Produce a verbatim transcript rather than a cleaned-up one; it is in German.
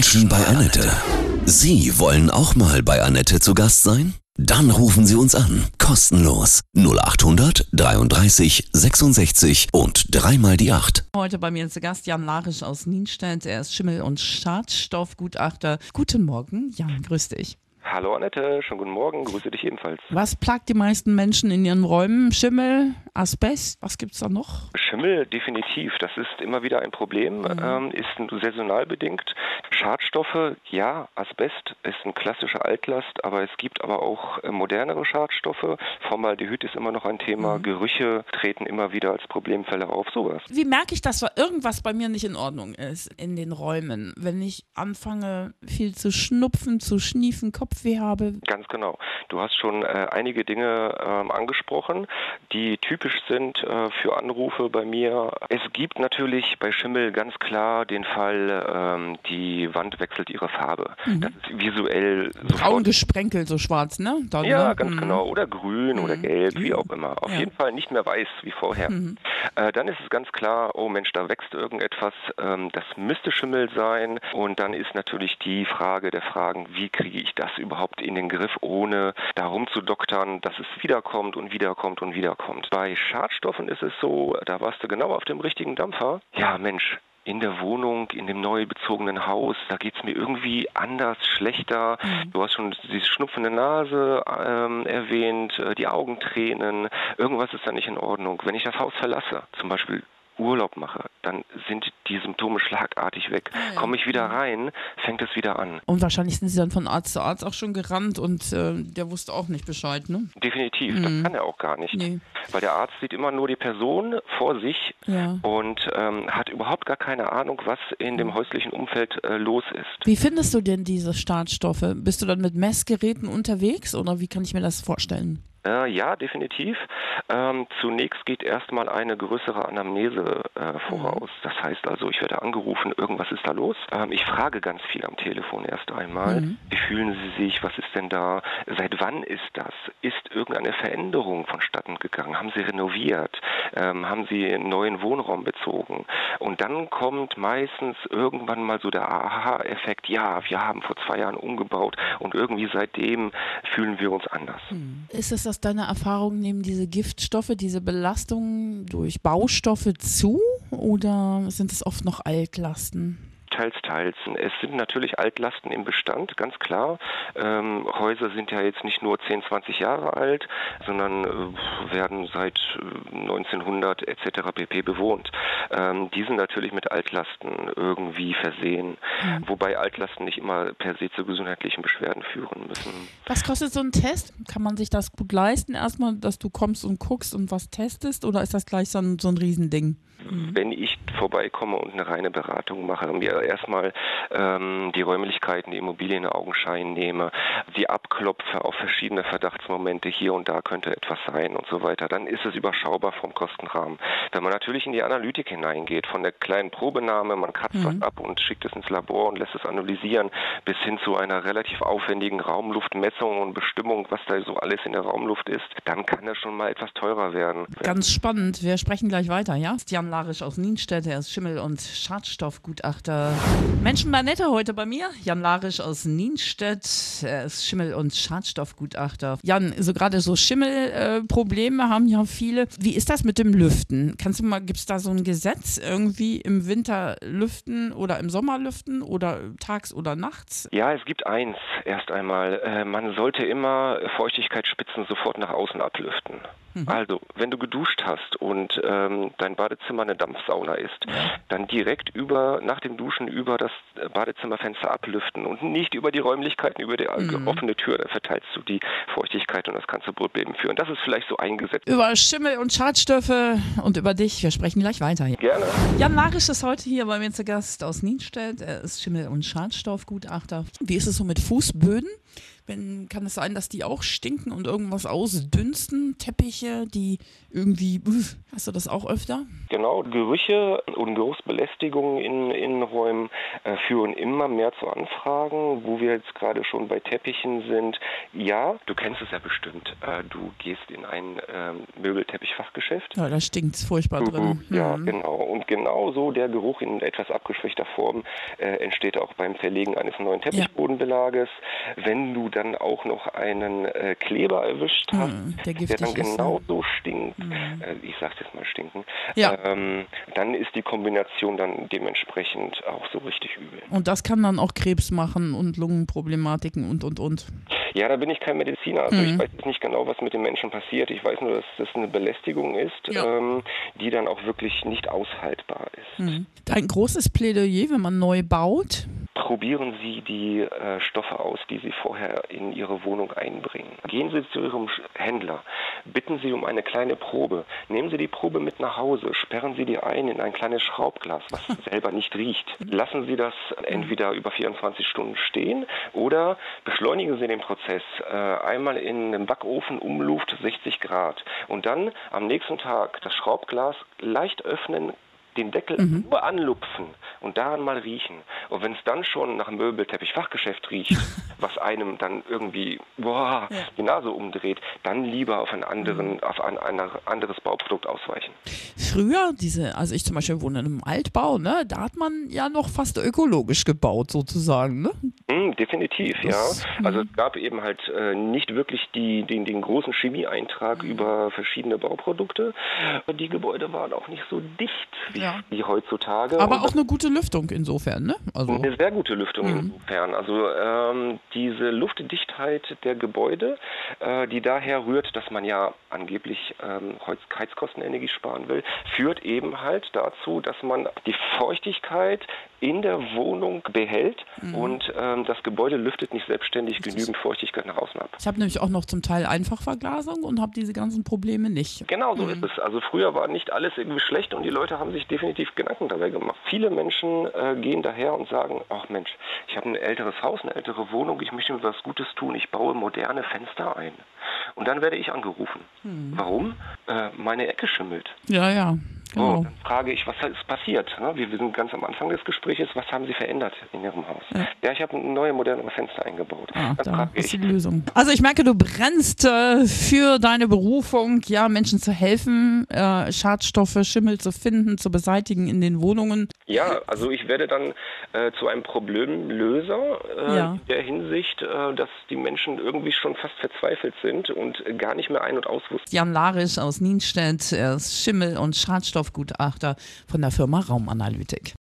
Menschen bei Annette. Sie wollen auch mal bei Annette zu Gast sein? Dann rufen Sie uns an. Kostenlos. null acht hundert dreiunddreißig sechsundsechzig und dreimal die acht. Heute bei mir zu Gast Jan Larisch aus Nienstedt. Er ist Schimmel- und Schadstoffgutachter. Guten Morgen, Jan, grüß dich. Hallo Annette, schönen guten Morgen, grüße dich ebenfalls. Was plagt die meisten Menschen in ihren Räumen? Schimmel, Asbest, was gibt's da noch? Schimmel, definitiv, das ist immer wieder ein Problem, mhm. ähm, ist saisonal bedingt. Schadstoffe, ja, Asbest ist ein klassischer Altlast, aber es gibt aber auch äh, modernere Schadstoffe. Formaldehyd ist immer noch ein Thema, mhm. Gerüche treten immer wieder als Problemfälle auf, sowas. Wie merke ich, dass da irgendwas bei mir nicht in Ordnung ist in den Räumen, wenn ich anfange viel zu schnupfen, zu schniefen, Kopfweh habe? Ganz genau. Du hast schon äh, einige Dinge ähm, angesprochen, die typisch sind äh, für Anrufe bei mir. Es gibt natürlich bei Schimmel ganz klar den Fall, ähm, die Wand wechselt ihre Farbe. Mhm. Das ist visuell so braun gesprenkelt, so schwarz, ne? Dann, ja, ne? ganz mhm. genau. Oder grün mhm. oder gelb, wie auch immer. Auf ja. jeden Fall nicht mehr weiß wie vorher. Mhm. Äh, dann ist es ganz klar, oh Mensch, da wächst irgendetwas, ähm, das müsste Schimmel sein. Und dann ist natürlich die Frage der Fragen, wie kriege ich das überhaupt in den Griff, ohne da rumzudoktern, dass es wiederkommt und wiederkommt und wiederkommt. Bei Schadstoffen ist es so, da warst du genau auf dem richtigen Dampfer. Ja, Mensch. In der Wohnung, in dem neu bezogenen Haus, da geht's mir irgendwie anders, schlechter. Mhm. Du hast schon die schnupfende Nase ähm, erwähnt, äh, die Augentränen. Irgendwas ist da nicht in Ordnung. Wenn ich das Haus verlasse, zum Beispiel Urlaub mache, dann sind die Symptome schlagartig weg. Ah, ja. Komme ich wieder rein, fängt es wieder an. Und wahrscheinlich sind sie dann von Arzt zu Arzt auch schon gerannt und äh, der wusste auch nicht Bescheid, ne? Definitiv, mhm. das kann er auch gar nicht. Nee. Weil der Arzt sieht immer nur die Person vor sich ja. und ähm, hat überhaupt gar keine Ahnung, was in dem häuslichen Umfeld äh, los ist. Wie findest du denn diese Schadstoffe? Bist du dann mit Messgeräten unterwegs oder wie kann ich mir das vorstellen? Äh, ja, definitiv. Ähm, zunächst geht erstmal eine größere Anamnese äh, voraus. Das heißt also, ich werde angerufen, irgendwas ist da los. Ähm, ich frage ganz viel am Telefon erst einmal. Mhm. Wie fühlen Sie sich? Was ist denn da? Seit wann ist das? Ist irgendeine Veränderung vonstatten gegangen? Haben Sie renoviert? Ähm, haben Sie einen neuen Wohnraum bezogen? Und dann kommt meistens irgendwann mal so der Aha-Effekt, ja, wir haben vor zwei Jahren umgebaut und irgendwie seitdem fühlen wir uns anders. Mhm. Ist es das deine Erfahrung, nehmen diese Giftstoffe, diese Belastungen durch Baustoffe zu oder sind es oft noch Altlasten? Teils, teils. Es sind natürlich Altlasten im Bestand, ganz klar. Ähm, Häuser sind ja jetzt nicht nur zehn, zwanzig Jahre alt, sondern äh, werden seit äh, neunzehnhundert et cetera pp. Bewohnt. Ähm, die sind natürlich mit Altlasten irgendwie versehen, mhm. wobei Altlasten nicht immer per se zu gesundheitlichen Beschwerden führen müssen. Was kostet so ein Test? Kann man sich das gut leisten erstmal, dass du kommst und guckst und was testest oder ist das gleich so ein, so ein Riesending? Wenn ich vorbeikomme und eine reine Beratung mache, mir erstmal ähm, die Räumlichkeiten, die Immobilien in Augenschein nehme, die abklopfe auf verschiedene Verdachtsmomente, hier und da könnte etwas sein und so weiter, dann ist es überschaubar vom Kostenrahmen. Wenn man natürlich in die Analytik hineingeht, von der kleinen Probenahme, man kratzt mhm. was ab und schickt es ins Labor und lässt es analysieren, bis hin zu einer relativ aufwendigen Raumluftmessung und Bestimmung, was da so alles in der Raumluft ist, dann kann das schon mal etwas teurer werden. Ganz spannend. Wir sprechen gleich weiter, ja? Jan Larisch aus Nienstedt, er ist Schimmel- und Schadstoffgutachter. Menschen bei Annette heute bei mir. Jan Larisch aus Nienstedt, er ist Schimmel- und Schadstoffgutachter. Jan, so gerade so Schimmelprobleme äh, haben ja viele. Wie ist das mit dem Lüften? Kannst du mal, gibt es da so ein Gesetz, irgendwie im Winter lüften oder im Sommer lüften oder tags oder nachts? Ja, es gibt eins erst einmal. Äh, man sollte immer Feuchtigkeitsspitzen sofort nach außen ablüften. Mhm. Also, wenn du geduscht hast und ähm, dein Badezimmer eine Dampfsauna ist, dann direkt über, nach dem Duschen über das Badezimmerfenster ablüften und nicht über die Räumlichkeiten, über die mhm. offene Tür, da verteilst du die Feuchtigkeit und das kann zu Problemen führen. Das ist vielleicht so eingesetzt. Über Schimmel und Schadstoffe und über dich, wir sprechen gleich weiter. Gerne. Jan Larisch ist heute hier bei mir zu Gast aus Nienstedt, er ist Schimmel- und Schadstoffgutachter. Wie ist es so mit Fußböden? Wenn, kann es sein, dass die auch stinken und irgendwas ausdünsten? Teppiche, die irgendwie, uff, hast du das auch öfter? Genau, Gerüche und Geruchsbelästigungen in Innenräumen äh, führen immer mehr zu Anfragen, wo wir jetzt gerade schon bei Teppichen sind. Ja, du kennst es ja bestimmt. Äh, du gehst in ein äh, Möbelteppichfachgeschäft. Ja, da stinkt es furchtbar drin. Mhm, ja, hm. genau. Und genauso der Geruch in etwas abgeschwächter Form äh, entsteht auch beim Verlegen eines neuen Teppichbodenbelages. Ja. Wenn du dann auch noch einen äh, Kleber erwischt hast, hm, der, der dann ist, genauso ja. stinkt, hm. äh, ich sag's jetzt mal stinken, ja. ähm, dann ist die Kombination dann dementsprechend auch so richtig übel. Und das kann dann auch Krebs machen und Lungenproblematiken und, und, und. Ja, da bin ich kein Mediziner. Also mhm. ich weiß jetzt nicht genau, was mit dem Menschen passiert. Ich weiß nur, dass das eine Belästigung ist, ja. ähm, die dann auch wirklich nicht aushaltbar ist. Mhm. Ein großes Plädoyer, wenn man neu baut? Probieren Sie die äh, Stoffe aus, die Sie vorher in Ihre Wohnung einbringen. Gehen Sie zu Ihrem Händler, bitten Sie um eine kleine Probe. Nehmen Sie die Probe mit nach Hause, sperren Sie die ein in ein kleines Schraubglas, was selber nicht riecht. Lassen Sie das entweder über vierundzwanzig Stunden stehen oder beschleunigen Sie den Prozess äh, einmal in einem Backofen um Luft sechzig Grad und dann am nächsten Tag das Schraubglas leicht öffnen, den Deckel mhm. nur anlupfen und daran mal riechen. Und wenn es dann schon nach einem Möbelteppichfachgeschäft riecht, was einem dann irgendwie boah, ja. die Nase umdreht, dann lieber auf, einen anderen, mhm. auf ein, ein anderes Bauprodukt ausweichen. Früher, diese, also ich zum Beispiel wohne in einem Altbau, ne, da hat man ja noch fast ökologisch gebaut sozusagen, ne? Mm, definitiv, das, ja. Also es gab eben halt äh, nicht wirklich die, den, den großen Chemieeintrag mhm. über verschiedene Bauprodukte. Die Gebäude waren auch nicht so dicht wie, ja. wie heutzutage. Aber auch eine gute Lüftung insofern, ne? Also eine sehr gute Lüftung mhm. insofern. Also ähm, diese Luftdichtheit der Gebäude, äh, die daher rührt, dass man ja angeblich ähm, Heizkostenenergie sparen will, führt eben halt dazu, dass man die Feuchtigkeit in der Wohnung behält mhm. und ähm, das Gebäude lüftet nicht selbstständig genügend Feuchtigkeit nach außen ab. Ich habe nämlich auch noch zum Teil Einfachverglasung und habe diese ganzen Probleme nicht. Genau so mhm. ist es. Also früher war nicht alles irgendwie schlecht und die Leute haben sich definitiv Gedanken dabei gemacht. Viele Menschen äh, gehen daher und sagen, ach Mensch, ich habe ein älteres Haus, eine ältere Wohnung, ich möchte mir was Gutes tun, ich baue moderne Fenster ein. Und dann werde ich angerufen. Mhm. Warum? Äh, meine Ecke schimmelt. Ja, ja. Genau. Oh, dann frage ich, was ist passiert? Wir sind ganz am Anfang des Gesprächs, was haben Sie verändert in Ihrem Haus? Ja, ja ich habe neue, modernere Fenster eingebaut. Ah, dann da ist die Lösung. Also ich merke, du brennst äh, für deine Berufung, ja, Menschen zu helfen, äh, Schadstoffe, Schimmel zu finden, zu beseitigen in den Wohnungen. Ja, also ich werde dann äh, zu einem Problemlöser äh, ja. in der Hinsicht, äh, dass die Menschen irgendwie schon fast verzweifelt sind und gar nicht mehr ein- und aus wussten. Jan Larisch aus Nienstedt, er ist Schimmel- und Schadstoffgutachter von der Firma Raumanalytik.